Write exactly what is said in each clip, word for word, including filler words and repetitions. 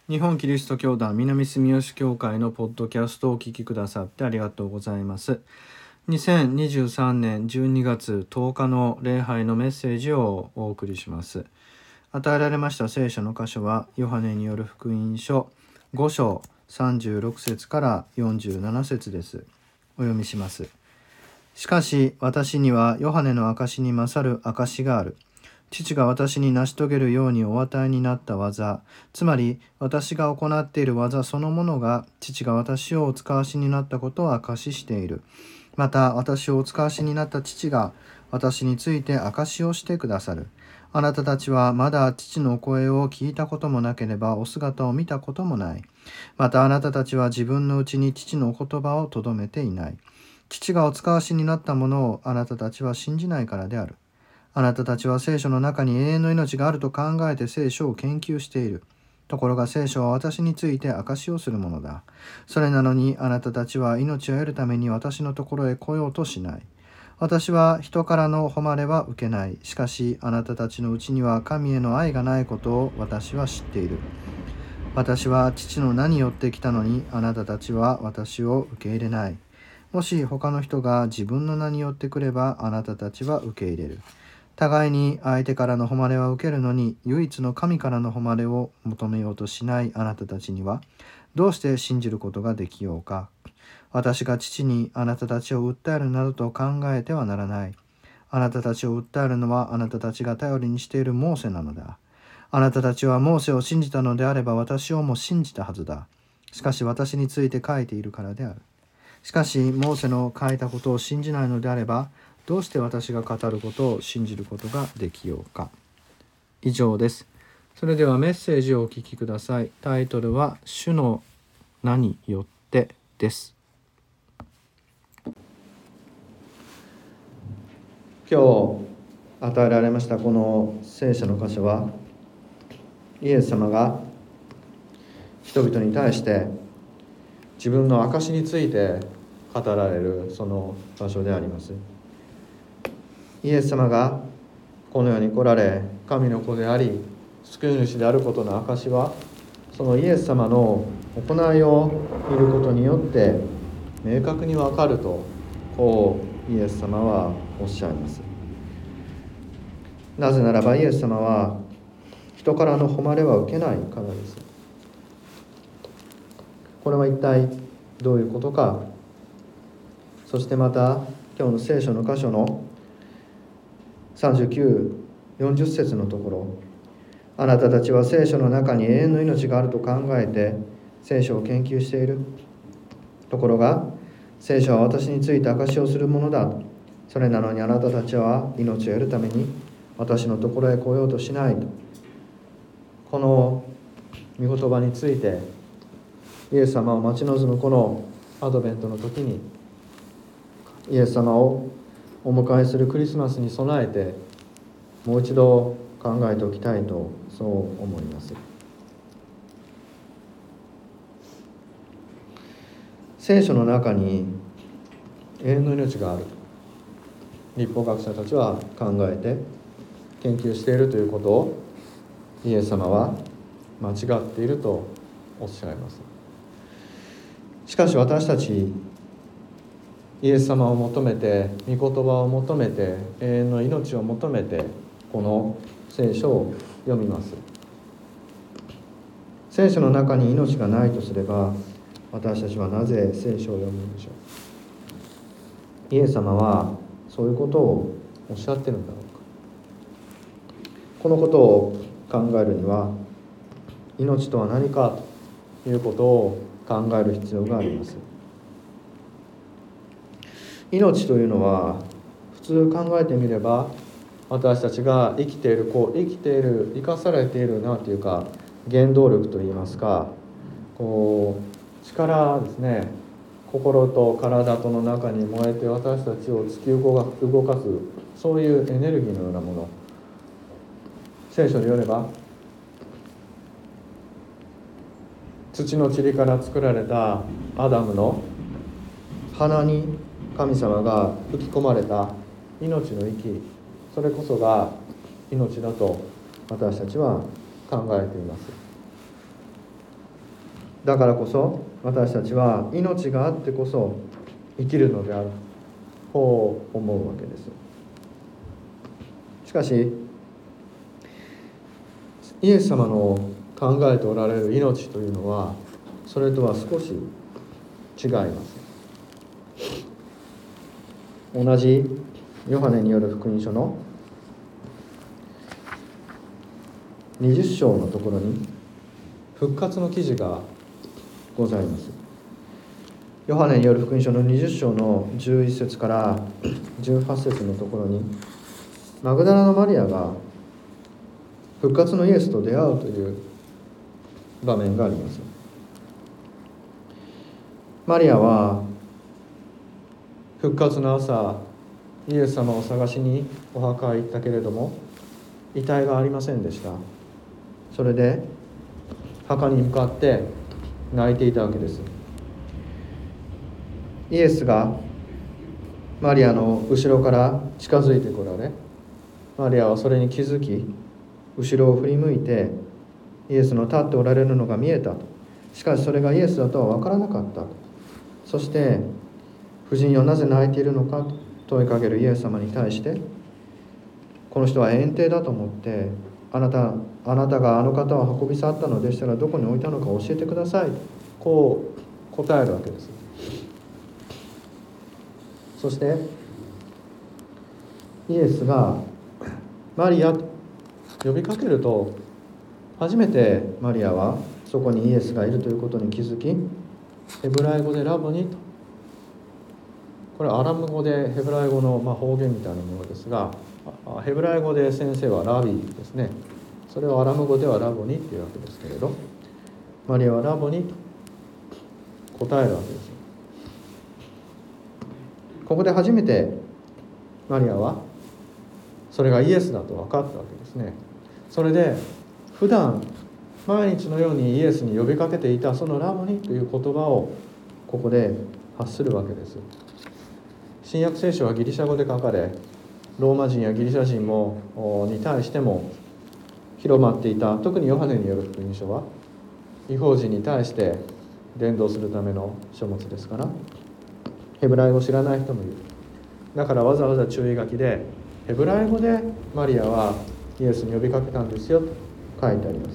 日本キリスト教団南住吉教会のポッドキャストをお聞きくださってありがとうございます。にせんにじゅうさんねんじゅうにがつとおかの礼拝のメッセージをお送りします。与えられました聖書の箇所はヨハネによる福音書ご章さんじゅうろく節からよんじゅうなな節です。お読みします。しかし私にはヨハネの証に勝る証がある。父が私に成し遂げるようにお与えになった技、つまり私が行っている技そのものが父が私をお使わしになったことを証ししている。また私をお使わしになった父が私について証しをしてくださる。あなたたちはまだ父の声を聞いたこともなければお姿を見たこともない。またあなたたちは自分のうちに父のお言葉をとどめていない。父がお使わしになったものをあなたたちは信じないからである。あなたたちは聖書の中に永遠の命があると考えて聖書を研究している。ところが聖書は私について証しをするものだ。それなのにあなたたちは命を得るために私のところへ来ようとしない。私は人からの誉れは受けない。しかしあなたたちのうちには神への愛がないことを私は知っている。私は父の名によって来たのにあなたたちは私を受け入れない。もし他の人が自分の名によってくればあなたたちは受け入れる。互いに相手からの誉れは受けるのに唯一の神からの誉れを求めようとしないあなたたちにはどうして信じることができようか。私が父にあなたたちを訴えるなどと考えてはならない。あなたたちを訴えるのはあなたたちが頼りにしているモーセなのだ。あなたたちはモーセを信じたのであれば私をも信じたはずだ。しかし私について書いているからである。しかしモーセの書いたことを信じないのであればどうして私が語ることを信じることができようか。以上です。それではメッセージをお聞きください。タイトルは主の名によってです。今日与えられましたこの聖書の箇所はイエス様が人々に対して自分の証について語られるその場所であります。イエス様がこの世に来られ神の子であり救い主であることの証はそのイエス様の行いを見ることによって明確にわかるとこうイエス様はおっしゃいます。なぜならばイエス様は人からの誉れは受けないからです。これは一体どういうことか。そしてまた今日の聖書の箇所のさんじゅうきゅう、よんじゅっ節のところ、あなたたちは聖書の中に永遠の命があると考えて聖書を研究している。ところが聖書は私について証しをするものだ。それなのにあなたたちは命を得るために私のところへ来ようとしないと。この御言葉についてイエス様を待ち望むこのアドベントの時にイエス様をお迎えするクリスマスに備えてもう一度考えておきたいとそう思います。聖書の中に永遠の命がある。律法学者たちは考えて研究しているということをイエス様は間違っているとおっしゃいます。しかし私たちイエス様を求めて御言葉を求めて永遠の命を求めてこの聖書を読みます。聖書の中に命がないとすれば私たちはなぜ聖書を読むのでしょう。イエス様はそういうことをおっしゃってるんだろうか。このことを考えるには命とは何かということを考える必要があります。命というのは普通考えてみれば私たちが生きているこう生きている生かされているなというか原動力といいますかこう力ですね。心と体との中に燃えて私たちを突き動かすそういうエネルギーのようなもの。聖書によれば土の塵から作られたアダムの鼻に神様が吹き込まれた命の息、それこそが命だと私たちは考えています。 だからこそ私たちは命があってこそ生きるのである、こう思うわけです。しかしイエス様の考えておられる命というのはそれとは少し違います。同じヨハネによる福音書のにじゅっ章のところに復活の記事がございます。ヨハネによる福音書のにじゅっ章のじゅういっ節からじゅうはち節のところに、マグダラのマリアが復活のイエスと出会うという場面があります。マリアは復活の朝、イエス様を探しにお墓へ行ったけれども遺体がありませんでした。それで墓に向かって泣いていたわけです。イエスがマリアの後ろから近づいてこられ、マリアはそれに気づき、後ろを振り向いてイエスの立っておられるのが見えたと。しかしそれがイエスだとは分からなかった。そして夫人よ、なぜ泣いているのかと問いかけるイエス様に対して、この人は園庭だと思って、あなたあなたがあの方を運び去ったのでしたらどこに置いたのか教えてください、こう答えるわけです。そしてイエスがマリアと呼びかけると、初めてマリアはそこにイエスがいるということに気づき、ヘブライ語でラボニと、これはアラム語でヘブライ語のまあ方言みたいなものですが、ヘブライ語で先生はラビーですね。それをアラム語ではラボニっていうわけですけれど、マリアはラボニと答えるわけです。ここで初めてマリアはそれがイエスだと分かったわけですね。それで普段毎日のようにイエスに呼びかけていたそのラボニという言葉をここで発するわけです。新約聖書はギリシャ語で書かれ、ローマ人やギリシャ人もに対しても広まっていた。特にヨハネによる福音書は異邦人に対して伝道するための書物ですから、ヘブライ語を知らない人もいる。だからわざわざ注意書きでヘブライ語でマリアはイエスに呼びかけたんですよと書いてあります。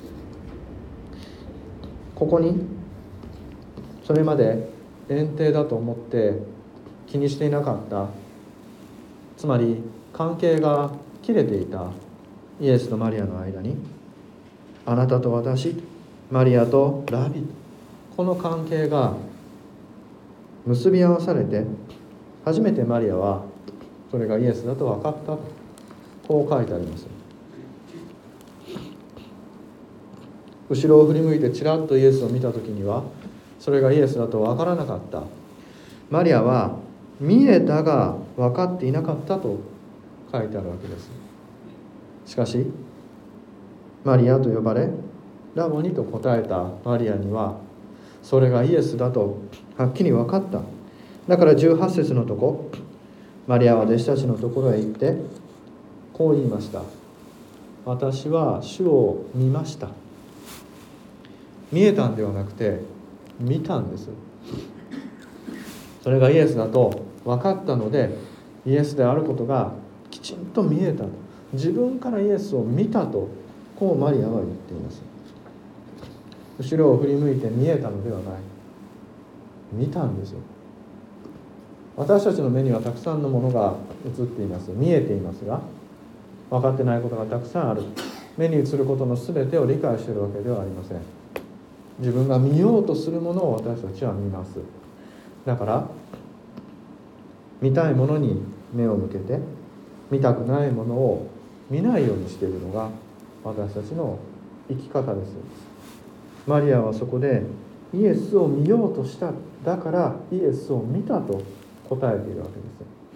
ここにそれまで園庭だと思って気にしていなかった、つまり関係が切れていたイエスとマリアの間に、あなたと私、マリアとラビ、この関係が結び合わされて、初めてマリアはそれがイエスだと分かったと、こう書いてあります。後ろを振り向いてちらっとイエスを見たときにはそれがイエスだと分からなかった。マリアは見えたが分かっていなかったと書いてあるわけです。しかしマリアと呼ばれラボニと答えたマリアにはそれがイエスだとはっきり分かった。だからじゅうはち節のとこ、マリアは弟子たちのところへ行ってこう言いました。私は主を見ました。見えたんではなくて見たんです。それがイエスだと分かったので、イエスであることがきちんと見えたと、自分からイエスを見たと、こうマリアは言っています。後ろを振り向いて見えたのではない、見たんですよ。私たちの目にはたくさんのものが映っています、見えていますが、分かってないことがたくさんある。目に映ることの全てを理解しているわけではありません。自分が見ようとするものを私たちは見ます。だから見たいものに目を向けて、見たくないものを見ないようにしているのが私たちの生き方です。マリアはそこでイエスを見ようとした、だからイエスを見たと答えているわけです。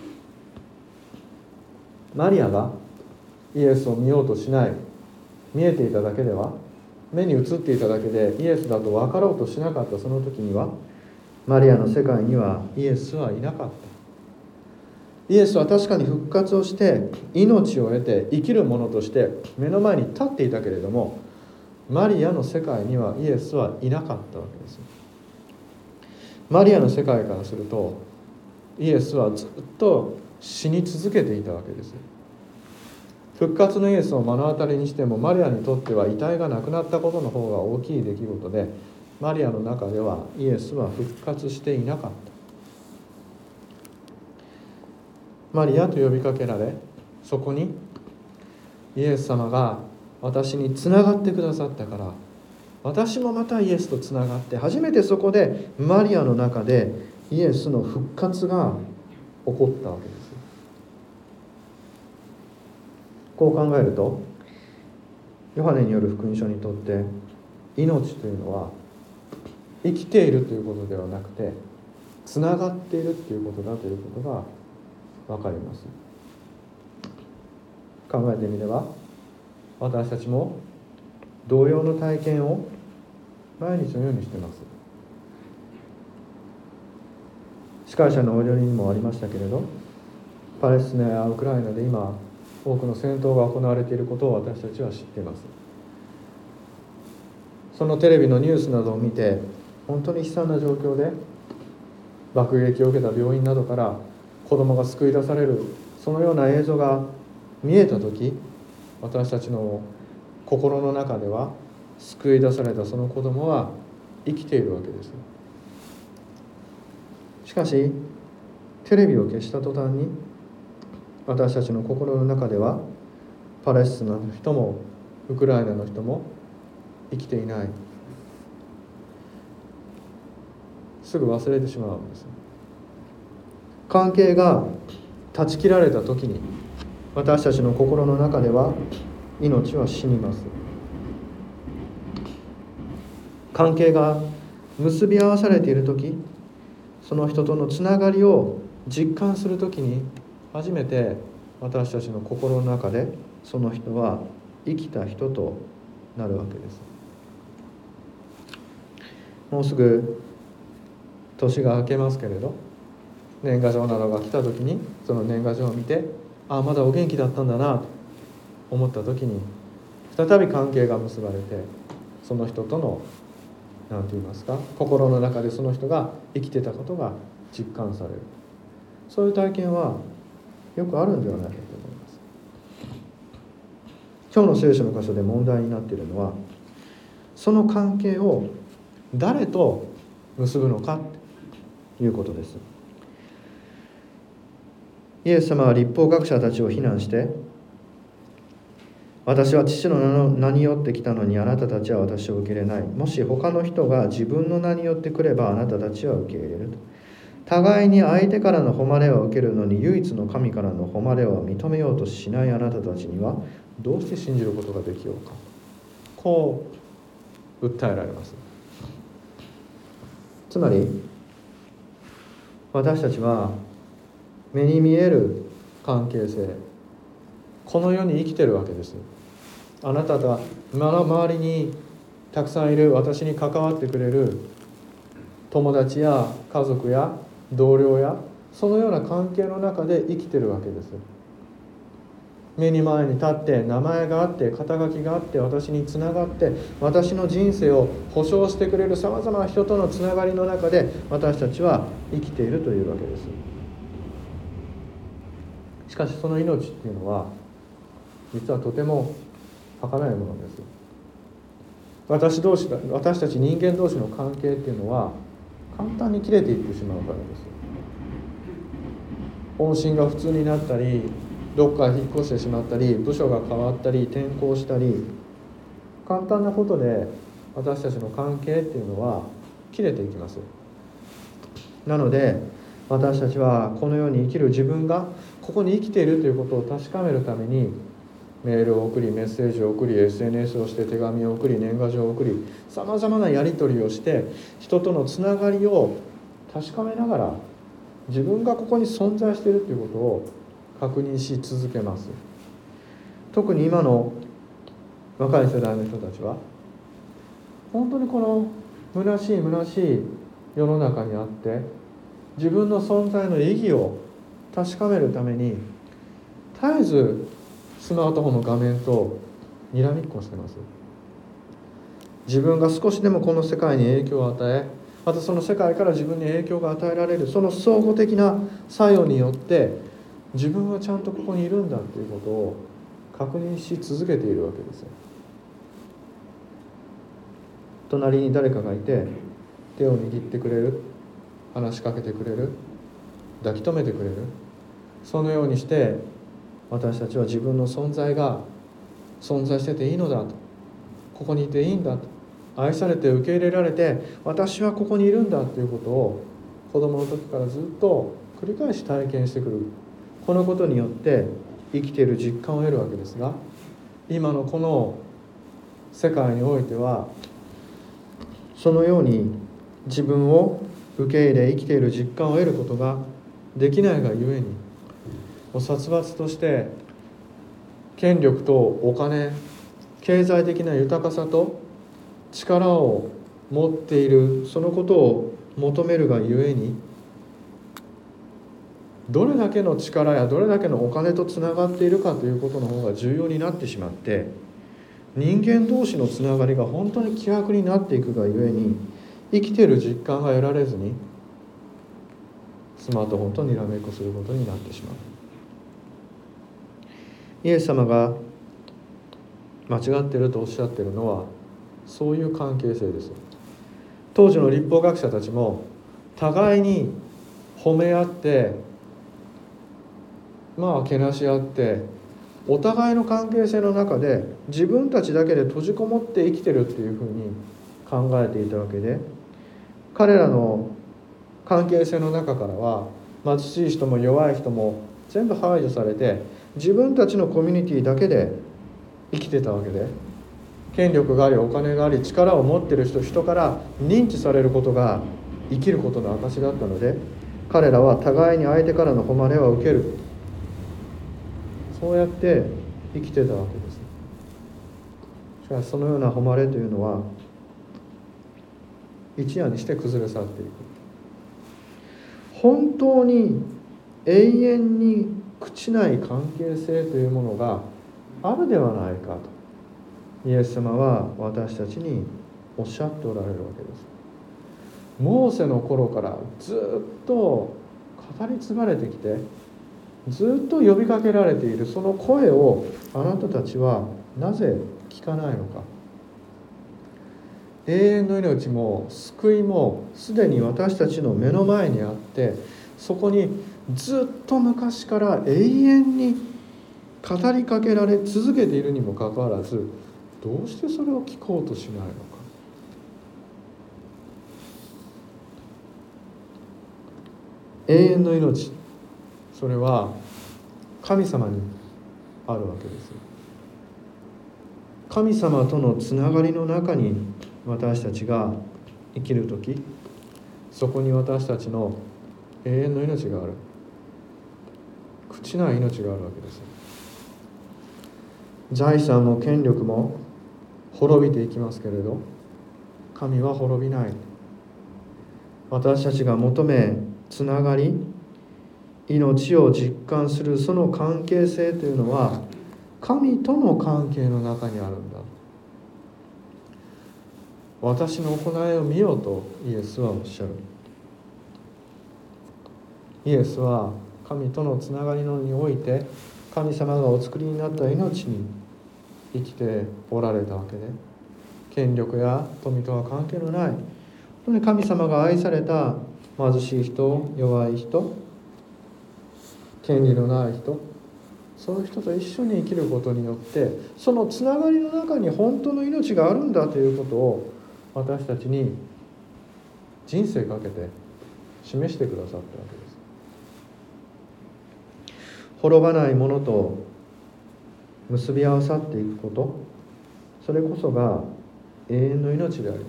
マリアがイエスを見ようとしない、見えていただけでは、目に映っていただけでイエスだと分かろうとしなかったその時には、マリアの世界にはイエスはいなかった。イエスは確かに復活をして命を得て生きる者として目の前に立っていたけれども、 マリアの世界にはイエスはいなかったわけです。マリアの世界からするとイエスはずっと死に続けていたわけです。復活のイエスを目の当たりにしてもマリアにとっては遺体がなくなったことの方が大きい出来事で、マリアの中ではイエスは復活していなかった。マリアと呼びかけられ、そこにイエス様が私につながってくださったから、私もまたイエスとつながって、初めてそこでマリアの中でイエスの復活が起こったわけです。こう考えると、ヨハネによる福音書にとって命というのは生きているということではなくて、つながっているということだということが分かります。考えてみれば、私たちも同様の体験を毎日のようにしています。司会者のお祈りにもありましたけれど、パレスチナやウクライナで今多くの戦闘が行われていることを私たちは知っています。そのテレビのニュースなどを見て、本当に悲惨な状況で爆撃を受けた病院などから子供が救い出される、そのような映像が見えたとき、私たちの心の中では救い出されたその子供は生きているわけです。しかしテレビを消した途端に、私たちの心の中ではパレスチナの人もウクライナの人も生きていない、すぐ忘れてしまうんです。関係が断ち切られた時に、私たちの心の中では命は死にます。関係が結び合わされている時、その人とのつながりを実感する時に初めて私たちの心の中でその人は生きた人となるわけです。もうすぐ年が明けますけれど、年賀状などが来た時にその年賀状を見て、ああまだお元気だったんだなと思った時に、再び関係が結ばれて、その人との何て言いますか、心の中でその人が生きてたことが実感される、そういう体験はよくあるんではないかと思います。今日の聖書の箇所で問題になっているのは、その関係を誰と結ぶのかということです。イエス様は律法学者たちを非難して、私は父の名によって来たのにあなたたちは私を受け入れない。もし他の人が自分の名によって来ればあなたたちは受け入れると。互いに相手からの誉れを受けるのに唯一の神からの誉れを認めようとしないあなたたちにはどうして信じることができようか。こう訴えられます。つまり私たちは目に見える関係性、この世に生きてるわけです。あなたが周りにたくさんいる、私に関わってくれる友達や家族や同僚や、そのような関係の中で生きてるわけです。目に前に立って名前があって肩書きがあって私につながって私の人生を保証してくれるさまざまな人とのつながりの中で私たちは生きているというわけです。しかしその命っていうのは実はとても儚いものです。私同士私たち人間同士の関係っていうのは簡単に切れていってしまうからです。音信が普通になったり、どっか引っ越してしまったり、部署が変わったり転校したり、簡単なことで私たちの関係っていうのは切れていきます。なので私たちはこの世に生きる自分がここに生きているということを確かめるためにメールを送り、メッセージを送り、 エスエヌエス をして手紙を送り、年賀状を送り、さまざまなやり取りをして人とのつながりを確かめながら自分がここに存在しているということを確認し続けます。特に今の若い世代の人たちは本当にこの虚しい虚しい世の中にあって自分の存在の意義を確かめるために絶えずスマートフォンの画面とにらみっこしてます。 自分が少しでもこの世界に影響を与え、またその世界から自分に影響が与えられる、その相互的な作用によって自分はちゃんとここにいるんだということを確認し続けているわけですよ。隣に誰かがいて手を握ってくれる、話しかけてくれる、抱き留めてくれる、そのようにして私たちは自分の存在が存在してていいのだと、ここにいていいんだと、愛されて受け入れられて私はここにいるんだということを子供の時からずっと繰り返し体験してくる。このことによって生きている実感を得るわけですが、今のこの世界においてはそのように自分を受け入れ生きている実感を得ることができないがゆえに、もう殺伐として権力とお金、経済的な豊かさと力を持っている、そのことを求めるがゆえに、どれだけの力やどれだけのお金とつながっているかということの方が重要になってしまって、人間同士のつながりが本当に希薄になっていくがゆえに、生きている実感が得られずにスマートフォンとにらめっこすることになってしまう。イエス様が間違っているとおっしゃっているのはそういう関係性です。当時の律法学者たちも互いに褒め合って、まあけなし合って、お互いの関係性の中で自分たちだけで閉じこもって生きてるっていうふうに考えていたわけで、彼らの関係性の中からは貧しい人も弱い人も全部排除されて、自分たちのコミュニティだけで生きてたわけで、権力がありお金があり力を持っている人人から認知されることが生きることの証だったので、彼らは互いに相手からの誉れを受ける、そうやって生きてたわけです。しかしそのような誉れというのは一夜にして崩れ去っていく。本当に永遠に朽ちない関係性というものがあるではないかとイエス様は私たちにおっしゃっておられるわけです。モーセの頃からずっと語り継がれてきて、ずっと呼びかけられているその声をあなたたちはなぜ聞かないのか。永遠の命も救いもすでに私たちの目の前にあって、そこにずっと昔から永遠に語りかけられ続けているにもかかわらず、どうしてそれを聞こうとしないのか。永遠の命、それは神様にあるわけです。神様とのつながりの中に私たちが生きるとき、そこに私たちの永遠の命がある、朽ちない命があるわけです。財産も権力も滅びていきますけれど、神は滅びない。私たちが求めつながり命を実感するその関係性というのは神との関係の中にあるんだ。私の行いを見ようとイエスはおっしゃる。イエスは神とのつながりのにおいて神様がお作りになった命に生きておられたわけで、権力や富とは関係のない、本当に神様が愛された貧しい人、弱い人、権利のない人、そういう人と一緒に生きることによって、そのつながりの中に本当の命があるんだということを私たちに人生かけて示してくださったわけです。滅ばないものと結び合わさっていくこと、それこそが永遠の命であります。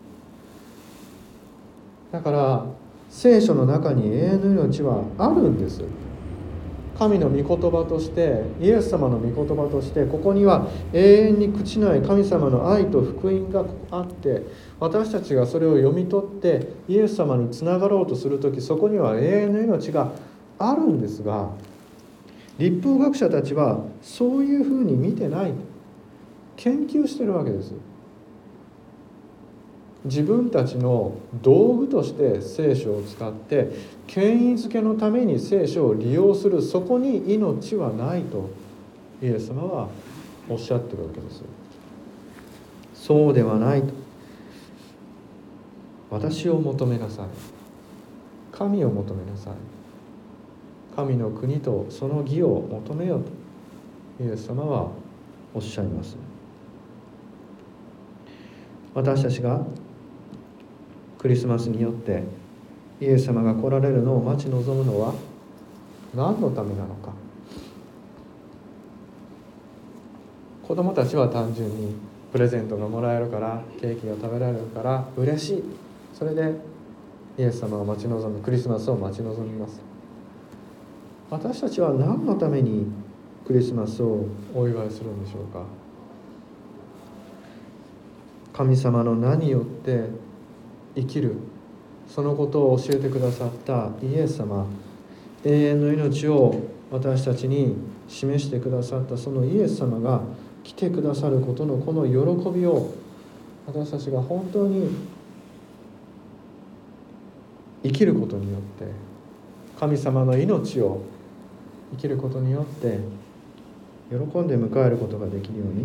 だから聖書の中に永遠の命はあるんです。神の御言葉として、イエス様の御言葉として、ここには永遠に朽ちない神様の愛と福音があって、私たちがそれを読み取ってイエス様につながろうとするとき、そこには永遠の命があるんですが、律法学者たちはそういうふうに見てない、研究してるわけです。 自分たちの道具として聖書を使って権威づけのために聖書を利用する、そこに命はないとイエス様はおっしゃってるわけです。そうではないと。私を求めなさい。神を求めなさい。神の国とその義を求めようとイエス様はおっしゃいます。私たちがクリスマスによってイエス様が来られるのを待ち望むのは何のためなのか。子供たちは単純にプレゼントがもらえるから、ケーキが食べられるから嬉しい、それでイエス様を待ち望む、クリスマスを待ち望みます。私たちは何のためにクリスマスをお祝いするんでしょうか。神様の名によって生きる、そのことを教えてくださったイエス様、永遠の命を私たちに示してくださったそのイエス様が来てくださることのこの喜びを私たちが本当に生きることによって、神様の命を生きることによって喜んで迎えることができるように、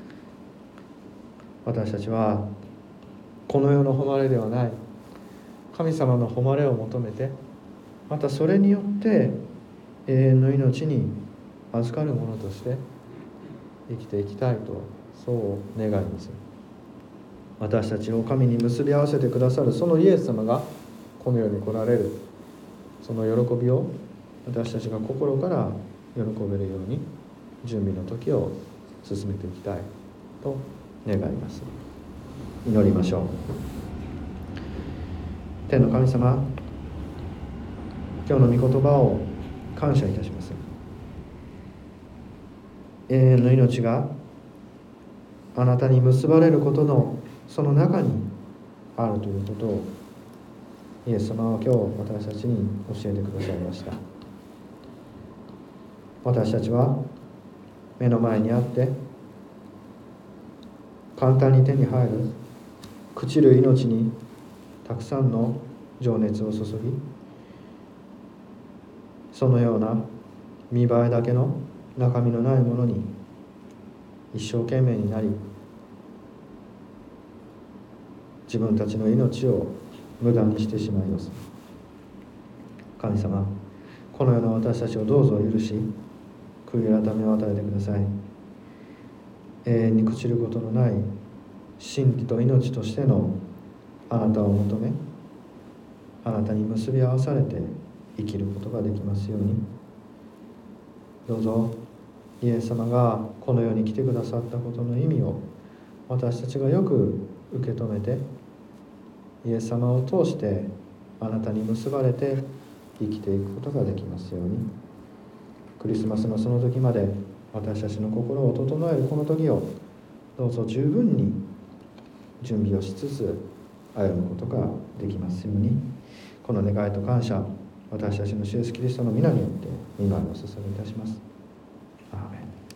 私たちはこの世の誉れではない神様の誉れを求めて、またそれによって永遠の命に預かるものとして生きていきたいと、そう願います。私たちを神に結び合わせてくださるそのイエス様がこの世に来られる、その喜びを私たちが心から喜べるように準備の時を進めていきたいと願います。祈りましょう。天の神様、今日の御言葉を感謝いたします。永遠の命があなたに結ばれることのその中にあるということをイエス様は今日私たちに教えてくださいました。私たちは目の前にあって簡単に手に入る朽ちる命にたくさんの情熱を注ぎ、そのような見栄えだけの中身のないものに一生懸命になり、自分たちの命を無駄にしてしまいます。神様、このような私たちをどうぞ許し、悔い改めを与えてください。永遠に朽ちることのない真理と命としてのあなたを求め、あなたに結び合わされて生きることができますように、どうぞイエス様がこの世に来てくださったことの意味を私たちがよく受け止めて、イエス様を通してあなたに結ばれて生きていくことができますように、クリスマスのその時まで私たちの心を整えるこの時をどうぞ十分に準備をしつつ歩むことができますように、この願いと感謝、私たちの主イエスキリストの皆によって御前をお捧げいたします。アーメン。